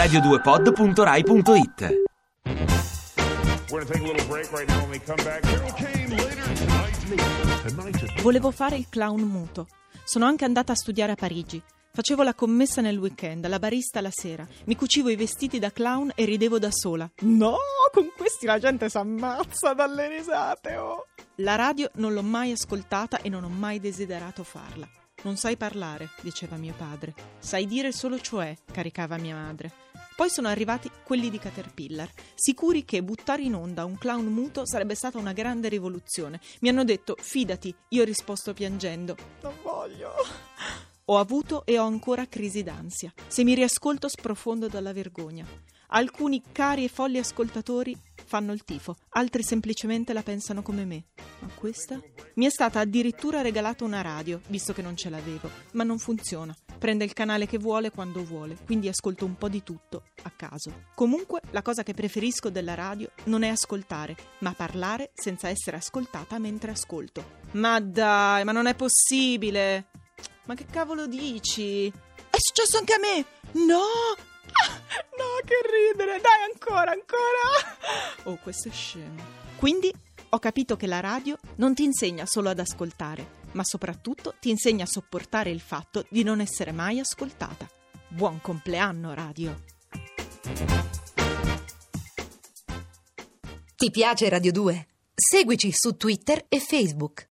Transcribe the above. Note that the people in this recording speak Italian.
radio2pod.rai.it. Volevo fare il clown muto. Sono anche andata a studiare a Parigi. Facevo la commessa nel weekend, la barista la sera. Mi cucivo i vestiti da clown e ridevo da sola. No, con questi la gente si ammazza dalle risate, oh! La radio non l'ho mai ascoltata e non ho mai desiderato farla. Non sai parlare, diceva mio padre. Sai dire solo cioè, caricava mia madre. Poi sono arrivati quelli di Caterpillar, sicuri che buttare in onda un clown muto sarebbe stata una grande rivoluzione. Mi hanno detto, fidati, io ho risposto piangendo. Non voglio. Ho avuto e ho ancora crisi d'ansia. Se mi riascolto sprofondo dalla vergogna. Alcuni cari e folli ascoltatori fanno il tifo, altri semplicemente la pensano come me. Ma questa? Mi è stata addirittura regalata una radio, visto che non ce l'avevo, ma non funziona. Prende il canale che vuole quando vuole, quindi ascolto un po' di tutto, a caso. Comunque, la cosa che preferisco della radio non è ascoltare, ma parlare senza essere ascoltata mentre ascolto. Ma dai, ma non è possibile! Ma che cavolo dici? È successo anche a me! No! No, che ridere! Dai, ancora! Oh, questo è scemo. Quindi ho capito che la radio non ti insegna solo ad ascoltare, ma soprattutto ti insegna a sopportare il fatto di non essere mai ascoltata. Buon compleanno, radio! Ti piace Radio 2? Seguici su Twitter e Facebook.